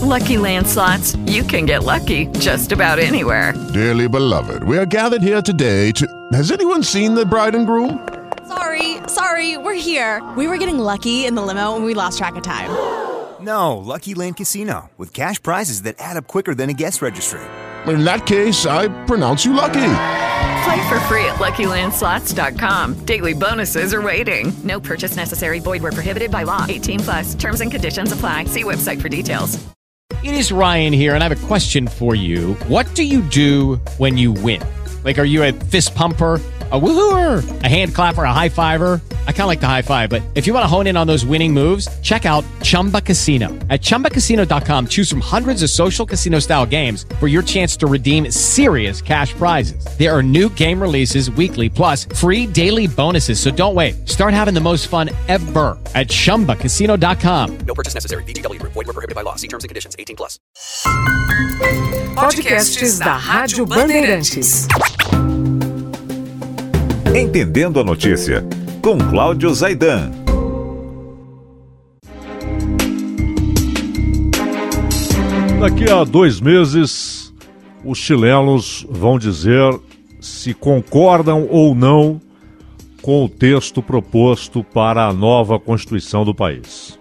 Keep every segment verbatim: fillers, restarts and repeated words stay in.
Lucky Land Slots, you can get lucky just about anywhere. Dearly beloved, we are gathered here today to... Has anyone seen the bride and groom? Sorry, sorry, we're here. We were getting lucky in the limo and we lost track of time. No, Lucky Land Casino, with cash prizes that add up quicker than a guest registry. In that case, I pronounce you lucky. Play for free at Lucky Land Slots dot com. Daily bonuses are waiting. No purchase necessary. Void where prohibited by law. eighteen plus. Terms and conditions apply. See website for details. It is Ryan here, and I have a question for you. What do you do when you win? Like, are you a fist pumper, a woo-hooer, a hand clapper, a high-fiver? I kind of like the high-five, but if you want to hone in on those winning moves, check out Chumba Casino. At Chumba Casino dot com, choose from hundreds of social casino-style games for your chance to redeem serious cash prizes. There are new game releases weekly, plus free daily bonuses, so don't wait. Start having the most fun ever at Chumba Casino dot com. No purchase necessary. V G W. Void where prohibited by law. See terms and conditions. eighteen plus. Podcasts da Rádio Bandeirantes. Entendendo a notícia, com Cláudio Zaidan. Daqui a dois meses, os chilenos vão dizer se concordam ou não com o texto proposto para a nova Constituição do país.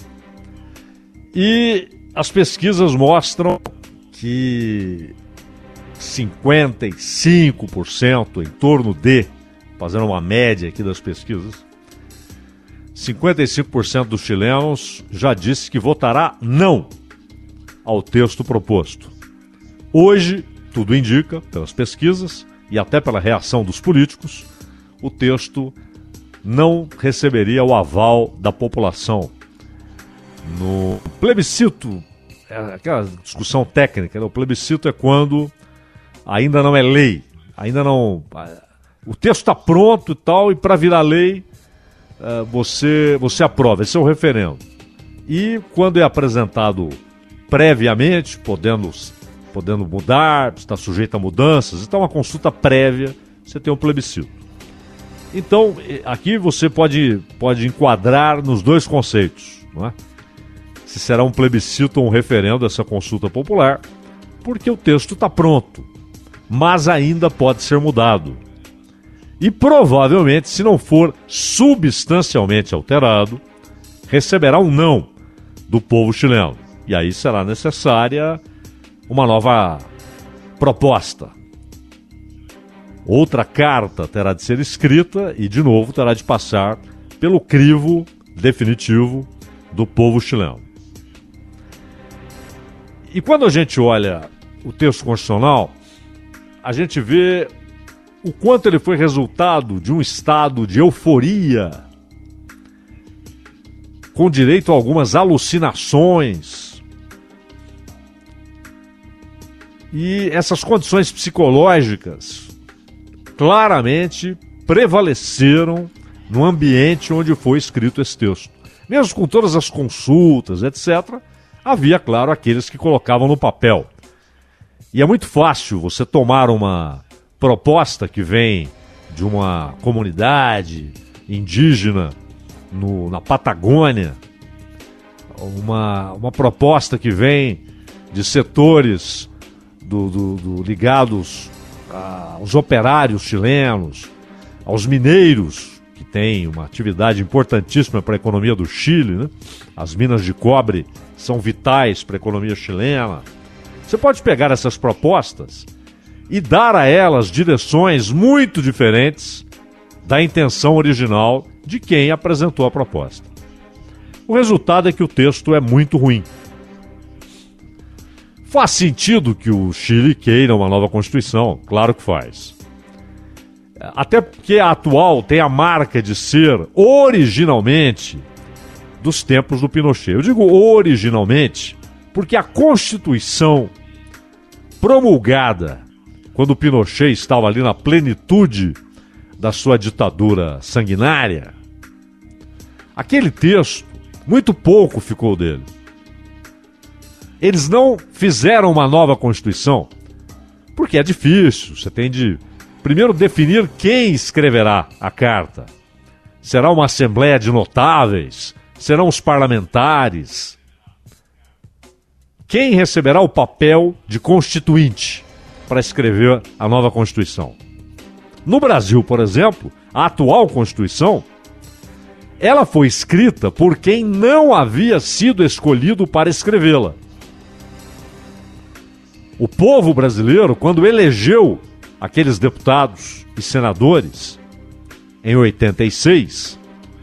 E as pesquisas mostram que cinquenta e cinco por cento, em torno de, fazendo uma média aqui das pesquisas, cinquenta e cinco por cento dos chilenos já disse que votará não ao texto proposto. Hoje, tudo indica, pelas pesquisas e até pela reação dos políticos, o texto não receberia o aval da população. No plebiscito, é aquela discussão técnica, né? O plebiscito é quando ainda não é lei, ainda não... O texto está pronto e tal, e para virar lei, uh, você, você aprova. Esse é o referendo. E quando é apresentado previamente, podendo, podendo mudar, está sujeito a mudanças, então uma consulta prévia, você tem um plebiscito. Então, aqui você pode, pode enquadrar nos dois conceitos, não é? Se será um plebiscito ou um referendo, essa consulta popular, porque o texto está pronto, mas ainda pode ser mudado. E provavelmente, se não for substancialmente alterado, receberá um não do povo chileno. E aí será necessária uma nova proposta. Outra carta terá de ser escrita e, de novo, terá de passar pelo crivo definitivo do povo chileno. E quando a gente olha o texto constitucional, a gente vê o quanto ele foi resultado de um estado de euforia, com direito a algumas alucinações. E essas condições psicológicas claramente prevaleceram no ambiente onde foi escrito esse texto. Mesmo com todas as consultas, etcétera, havia, claro, aqueles que colocavam no papel. E é muito fácil você tomar uma proposta que vem de uma comunidade indígena no, na Patagônia, uma, uma proposta que vem de setores do, do, do, ligados aos operários chilenos, aos mineiros, que têm uma atividade importantíssima para a economia do Chile, né? As minas de cobre são vitais para a economia chilena. Você pode pegar essas propostas e dar a elas direções muito diferentes da intenção original de quem apresentou a proposta. O resultado é que o texto é muito ruim. Faz sentido que o Chile queira uma nova Constituição? Claro que faz. Até porque a atual tem a marca de ser originalmente dos tempos do Pinochet. Eu digo originalmente porque a Constituição promulgada quando o Pinochet estava ali na plenitude da sua ditadura sanguinária, aquele texto, muito pouco ficou dele. Eles não fizeram uma nova Constituição, porque é difícil, você tem de, primeiro, definir quem escreverá a carta. Será uma assembleia de notáveis? Serão os parlamentares? quem receberá o papel de constituinte para escrever a nova Constituição. No Brasil, por exemplo, a atual Constituição, ela foi escrita por quem não havia sido escolhido para escrevê-la. O povo brasileiro, quando elegeu aqueles deputados e senadores em oitenta e seis,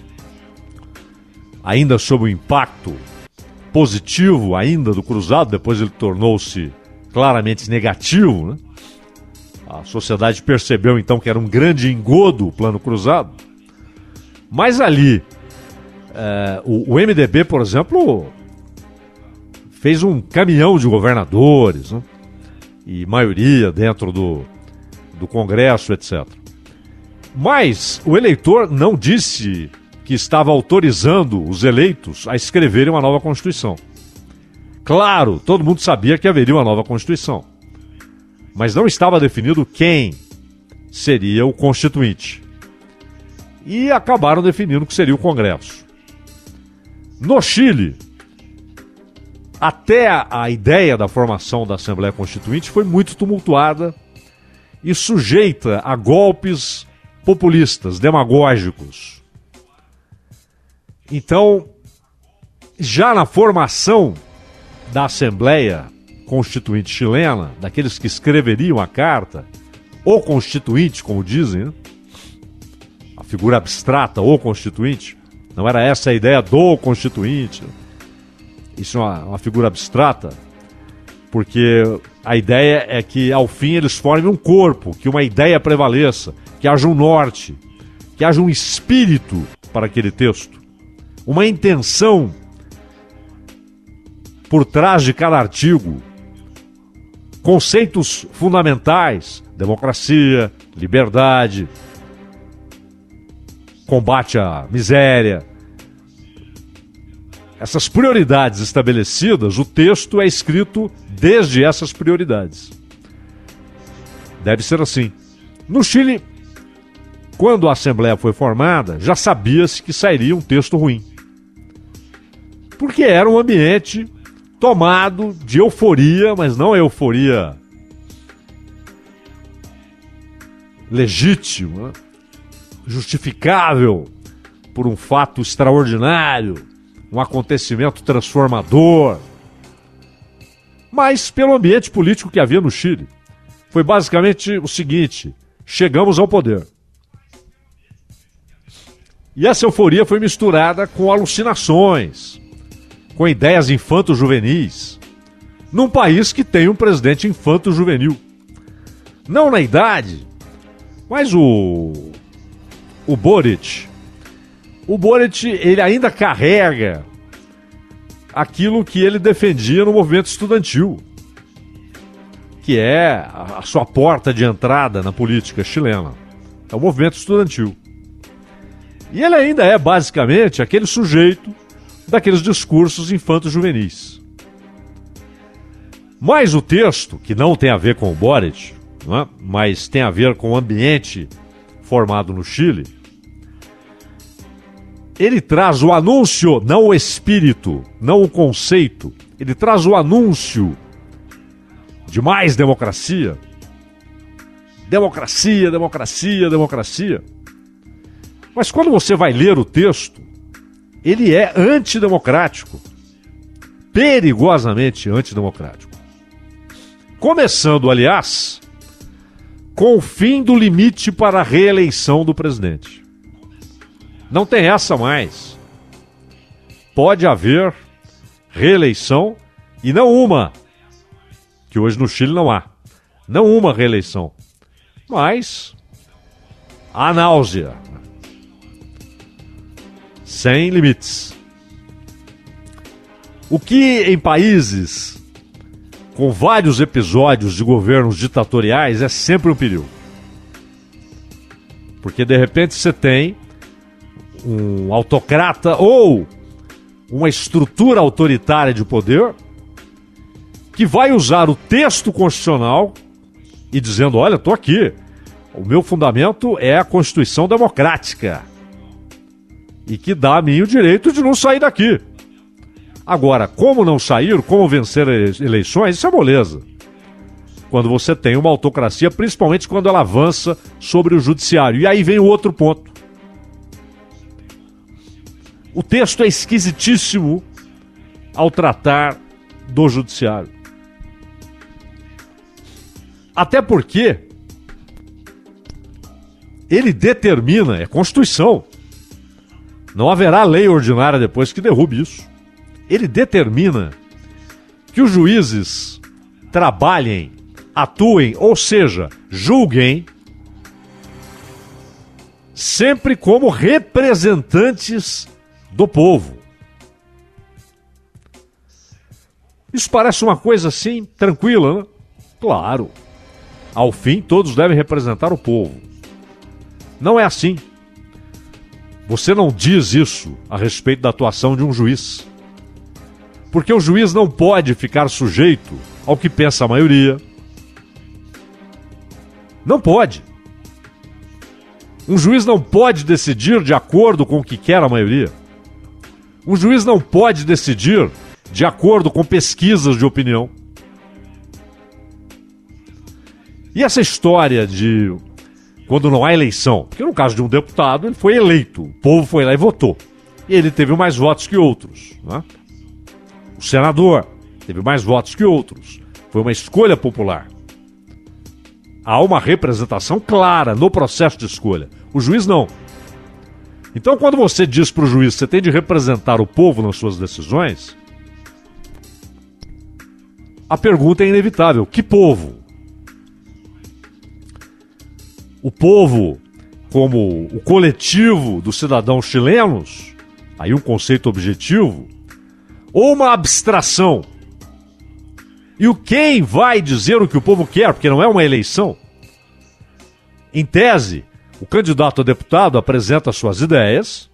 ainda sob o impacto positivo ainda do Cruzado, depois ele tornou-se claramente negativo, né? A sociedade percebeu então que era um grande engodo o Plano Cruzado. Mas ali, é, o, o M D B, por exemplo, fez um caminhão de governadores, né? E maioria dentro do, do Congresso, etcétera. Mas o eleitor não disse que estava autorizando os eleitos a escreverem uma nova Constituição. Claro, todo mundo sabia que haveria uma nova Constituição, mas não estava definido quem seria o constituinte. E acabaram definindo que seria o Congresso. No Chile, até a, a ideia da formação da Assembleia Constituinte foi muito tumultuada e sujeita a golpes populistas, demagógicos. Então, já na formação da Assembleia Constituinte chilena, daqueles que escreveriam a carta, o constituinte, como dizem, né? A figura abstrata, o constituinte, não era essa a ideia do constituinte. Isso é uma, uma figura abstrata, porque a ideia é que, ao fim, eles formem um corpo, que uma ideia prevaleça, que haja um norte, que haja um espírito para aquele texto, uma intenção por trás de cada artigo, conceitos fundamentais, democracia, liberdade, combate à miséria. Essas prioridades estabelecidas, o texto é escrito desde essas prioridades. Deve ser assim. No Chile, quando a Assembleia foi formada, já sabia-se que sairia um texto ruim. Porque era um ambiente tomado de euforia, mas não euforia legítima, justificável por um fato extraordinário, um acontecimento transformador, mas pelo ambiente político que havia no Chile. Foi basicamente o seguinte: chegamos ao poder. E essa euforia foi misturada com alucinações, com ideias infanto-juvenis, num país que tem um presidente infanto-juvenil. Não na idade, mas o, o Boric, o Boric, ele ainda carrega aquilo que ele defendia no movimento estudantil, que é a, a sua porta de entrada na política chilena. É o movimento estudantil. E ele ainda é, basicamente, aquele sujeito daqueles discursos infanto-juvenis. Mas o texto, que não tem a ver com o Boric, não é? Mas tem a ver com o ambiente formado no Chile, ele traz o anúncio, não o espírito, não o conceito, ele traz o anúncio de mais democracia. Democracia, democracia, democracia. Mas quando você vai ler o texto, ele é antidemocrático, perigosamente antidemocrático. Começando, aliás, com o fim do limite para a reeleição do presidente. Não tem essa mais. Pode haver reeleição, e não uma, que hoje no Chile não há. Não uma reeleição, mas a náusea. Sem limites. O que em países com vários episódios de governos ditatoriais é sempre um perigo. Porque de repente você tem um autocrata ou uma estrutura autoritária de poder que vai usar o texto constitucional e dizendo: olha, estou aqui, o meu fundamento é a Constituição Democrática, e que dá a mim o direito de não sair daqui. Agora, como não sair, como vencer eleições, isso é moleza. Quando você tem uma autocracia, principalmente quando ela avança sobre o judiciário. E aí vem o outro ponto. O texto é esquisitíssimo ao tratar do judiciário. Até porque ele determina, é Constituição. Não haverá lei ordinária depois que derrube isso. Ele determina que os juízes trabalhem, atuem, ou seja, julguem, sempre como representantes do povo. Isso parece uma coisa assim, tranquila, né? Claro. Ao fim, todos devem representar o povo. Não é assim. Você não diz isso a respeito da atuação de um juiz. Porque o juiz não pode ficar sujeito ao que pensa a maioria. Não pode. Um juiz não pode decidir de acordo com o que quer a maioria. Um juiz não pode decidir de acordo com pesquisas de opinião. E essa história de quando não há eleição, porque no caso de um deputado ele foi eleito, o povo foi lá e votou, e ele teve mais votos que outros, né? O senador teve mais votos que outros, foi uma escolha popular. Há uma representação clara no processo de escolha, o juiz não. Então quando você diz para o juiz que você tem de representar o povo nas suas decisões, a pergunta é inevitável, que povo? O povo como o coletivo dos cidadãos chilenos, aí um conceito objetivo, ou uma abstração? E o quem vai dizer o que o povo quer, porque não é uma eleição? Em tese, o candidato a deputado apresenta suas ideias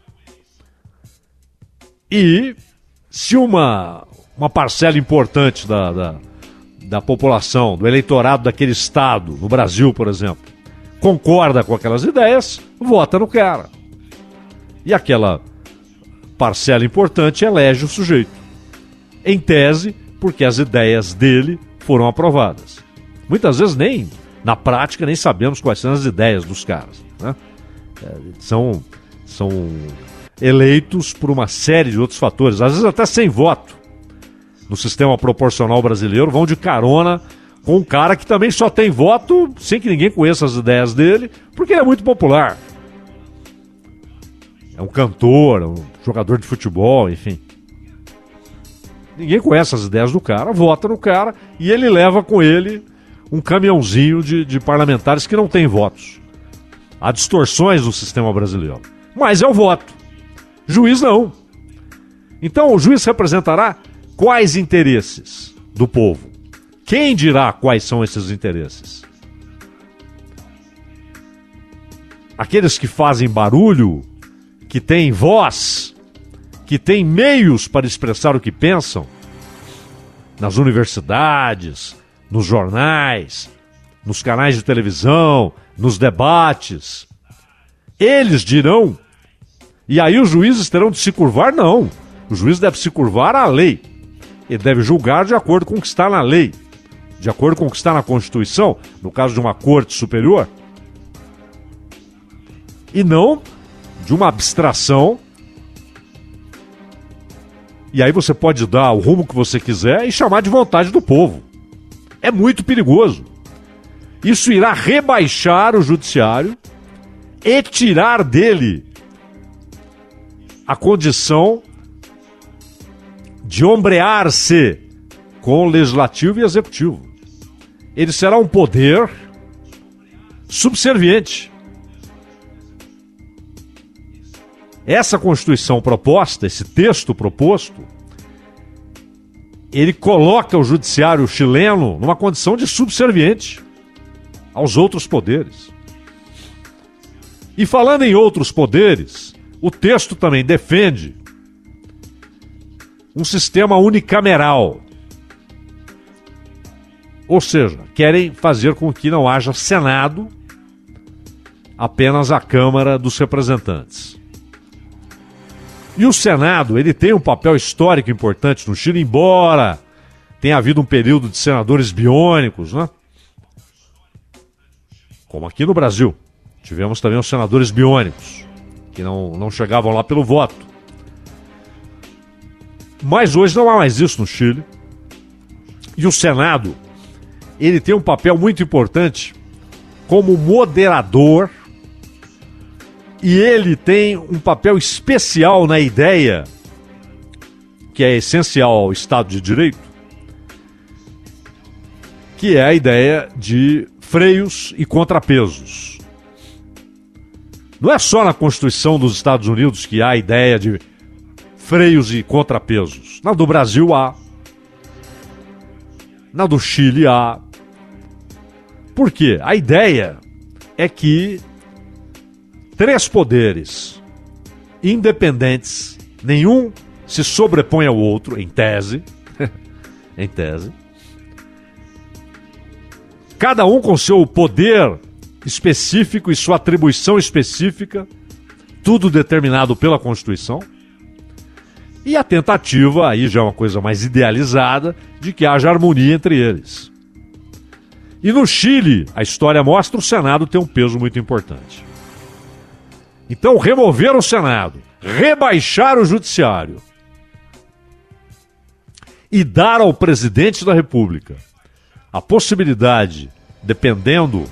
e se uma, uma parcela importante da, da, da população, do eleitorado daquele estado, no Brasil, por exemplo, concorda com aquelas ideias, vota no cara. E aquela parcela importante elege o sujeito. Em tese, porque as ideias dele foram aprovadas. Muitas vezes nem, na prática, nem sabemos quais são as ideias dos caras, né? É, são, são eleitos por uma série de outros fatores, às vezes até sem voto. No sistema proporcional brasileiro, vão de carona com um cara que também só tem voto sem que ninguém conheça as ideias dele, porque ele é muito popular. É um cantor, é um jogador de futebol, enfim. Ninguém conhece as ideias do cara, vota no cara e ele leva com ele um caminhãozinho de, de parlamentares que não tem votos. Há distorções no sistema brasileiro. Mas é o voto. Juiz não. Então o juiz representará quais interesses do povo? Quem dirá quais são esses interesses? Aqueles que fazem barulho, que têm voz, que têm meios para expressar o que pensam, nas universidades, nos jornais, nos canais de televisão, nos debates. Eles dirão, e aí os juízes terão de se curvar? Não. O juiz deve se curvar à lei. Ele deve julgar de acordo com o que está na lei. De acordo com o que está na Constituição, no caso de uma corte superior, e não de uma abstração. E aí você pode dar o rumo que você quiser e chamar de vontade do povo. É muito perigoso. Isso irá rebaixar o judiciário e tirar dele a condição de ombrear-se com o legislativo e executivo. Ele será um poder subserviente. Essa Constituição proposta, esse texto proposto, ele coloca o judiciário chileno numa condição de subserviente aos outros poderes. E falando em outros poderes, o texto também defende um sistema unicameral. Ou seja, querem fazer com que não haja Senado, apenas a Câmara dos Representantes. E o Senado, ele tem um papel histórico importante no Chile, embora tenha havido um período de senadores biônicos, né? Como aqui no Brasil. Tivemos também os senadores biônicos, que não, não chegavam lá pelo voto. Mas hoje não há mais isso no Chile. E o Senado, ele tem um papel muito importante como moderador, e ele tem um papel especial na ideia, que é essencial ao Estado de Direito, que é a ideia de freios e contrapesos. Não é só na Constituição dos Estados Unidos que há a ideia de freios e contrapesos. Na do Brasil há. Na do Chile há. Por quê? A ideia é que três poderes independentes, nenhum se sobrepõe ao outro, em tese, em tese, cada um com seu poder específico e sua atribuição específica, tudo determinado pela Constituição, e a tentativa, aí já é uma coisa mais idealizada, de que haja harmonia entre eles. E no Chile, a história mostra, o Senado tem um peso muito importante. Então, remover o Senado, rebaixar o Judiciário e dar ao presidente da República a possibilidade, dependendo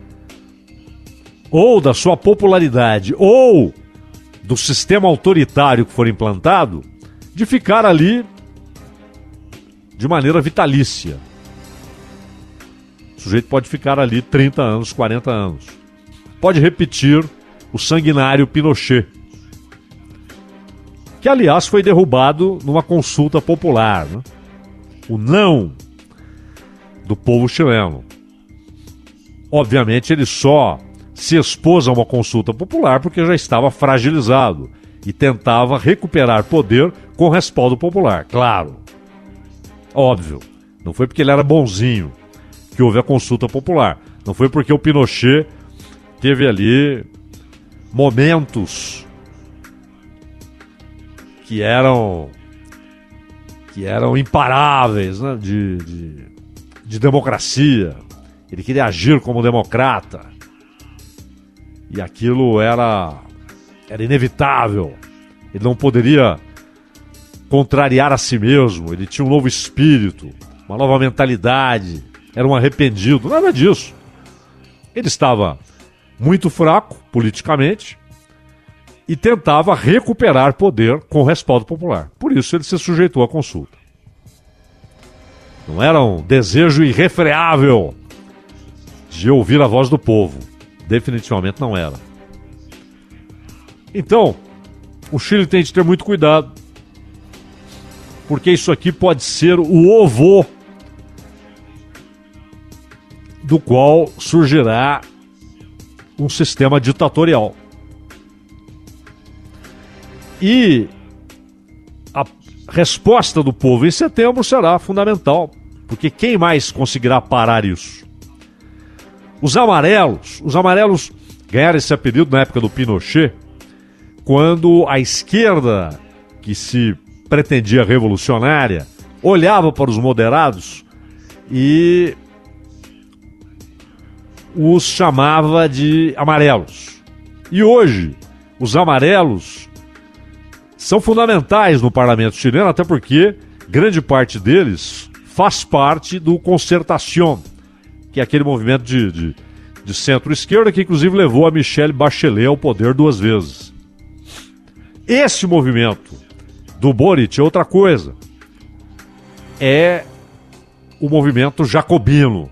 ou da sua popularidade ou do sistema autoritário que for implantado, de ficar ali de maneira vitalícia. O sujeito pode ficar ali trinta anos, quarenta anos. Pode repetir o sanguinário Pinochet, que aliás foi derrubado numa consulta popular, né? O não do povo chileno. Obviamente ele só se expôs a uma consulta popular porque já estava fragilizado e tentava recuperar poder com respaldo popular, claro. Óbvio, não foi porque ele era bonzinho que houve a consulta popular, não foi porque o Pinochet teve ali momentos que eram que eram imparáveis, né, de, de, de democracia. Ele queria agir como democrata e aquilo era era inevitável. Ele não poderia contrariar a si mesmo. Ele tinha um novo espírito, uma nova mentalidade, era um arrependido, nada disso. Ele estava muito fraco politicamente e tentava recuperar poder com respaldo popular. Por isso ele se sujeitou à consulta. Não era um desejo irrefreável de ouvir a voz do povo. Definitivamente não era. Então, o Chile tem de ter muito cuidado, porque isso aqui pode ser o ovo do qual surgirá um sistema ditatorial. E a resposta do povo em setembro será fundamental, porque quem mais conseguirá parar isso? Os amarelos, os amarelos ganharam esse apelido na época do Pinochet, quando a esquerda, que se pretendia revolucionária, olhava para os moderados e os chamava de amarelos. E hoje, os amarelos são fundamentais no parlamento chileno, até porque grande parte deles faz parte do Concertación, que é aquele movimento de, de, de centro-esquerda que inclusive levou a Michelle Bachelet ao poder duas vezes. Esse movimento do Boric é outra coisa. É o movimento jacobino.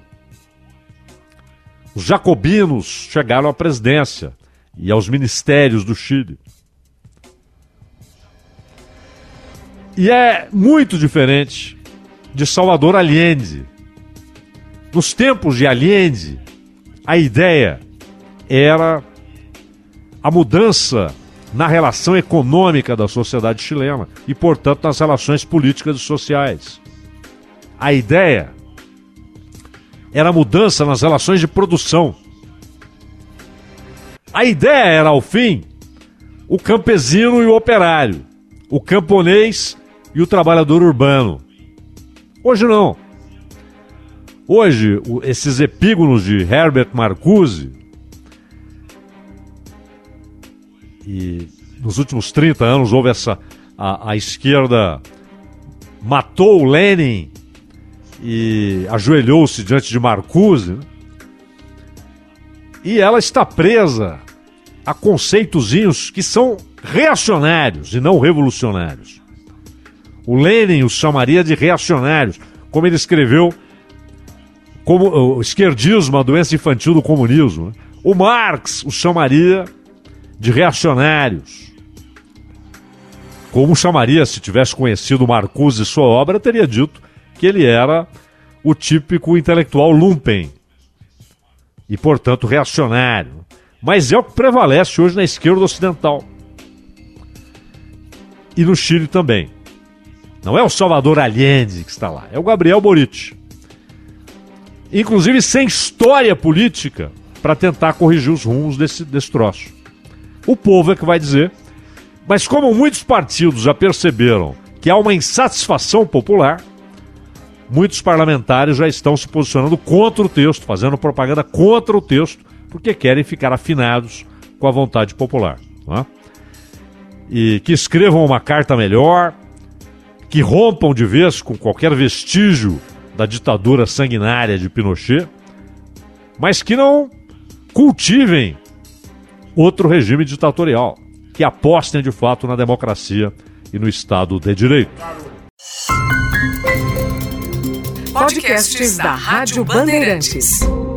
Os jacobinos chegaram à presidência e aos ministérios do Chile. E é muito diferente de Salvador Allende. Nos tempos de Allende, a ideia era a mudança na relação econômica da sociedade chilena e, portanto, nas relações políticas e sociais. A ideia era a mudança nas relações de produção. A ideia era, ao fim, o campesino e o operário. o camponês e o trabalhador urbano. Hoje não. Hoje, o, esses epígonos de Herbert Marcuse, e nos últimos trinta anos houve essa... A, a esquerda matou o Lenin e ajoelhou-se diante de Marcuse, né? E ela está presa a conceitozinhos que são reacionários e não revolucionários. O Lenin os chamaria de reacionários, como ele escreveu, como o esquerdismo, a doença infantil do comunismo, né? O Marx os chamaria de reacionários. Como chamaria, se tivesse conhecido Marcuse e sua obra, teria dito que ele era o típico intelectual lumpen e, portanto, reacionário. Mas é o que prevalece hoje na esquerda ocidental. E no Chile também. Não é o Salvador Allende que está lá, é o Gabriel Boric. Inclusive sem história política para tentar corrigir os rumos desse, desse troço. O povo é que vai dizer. Mas como muitos partidos já perceberam que há uma insatisfação popular, muitos parlamentares já estão se posicionando contra o texto, fazendo propaganda contra o texto, porque querem ficar afinados com a vontade popular. Não é? E que escrevam uma carta melhor, que rompam de vez com qualquer vestígio da ditadura sanguinária de Pinochet, mas que não cultivem outro regime ditatorial, que apostem de fato na democracia e no Estado de Direito. Podcasts da Rádio Bandeirantes.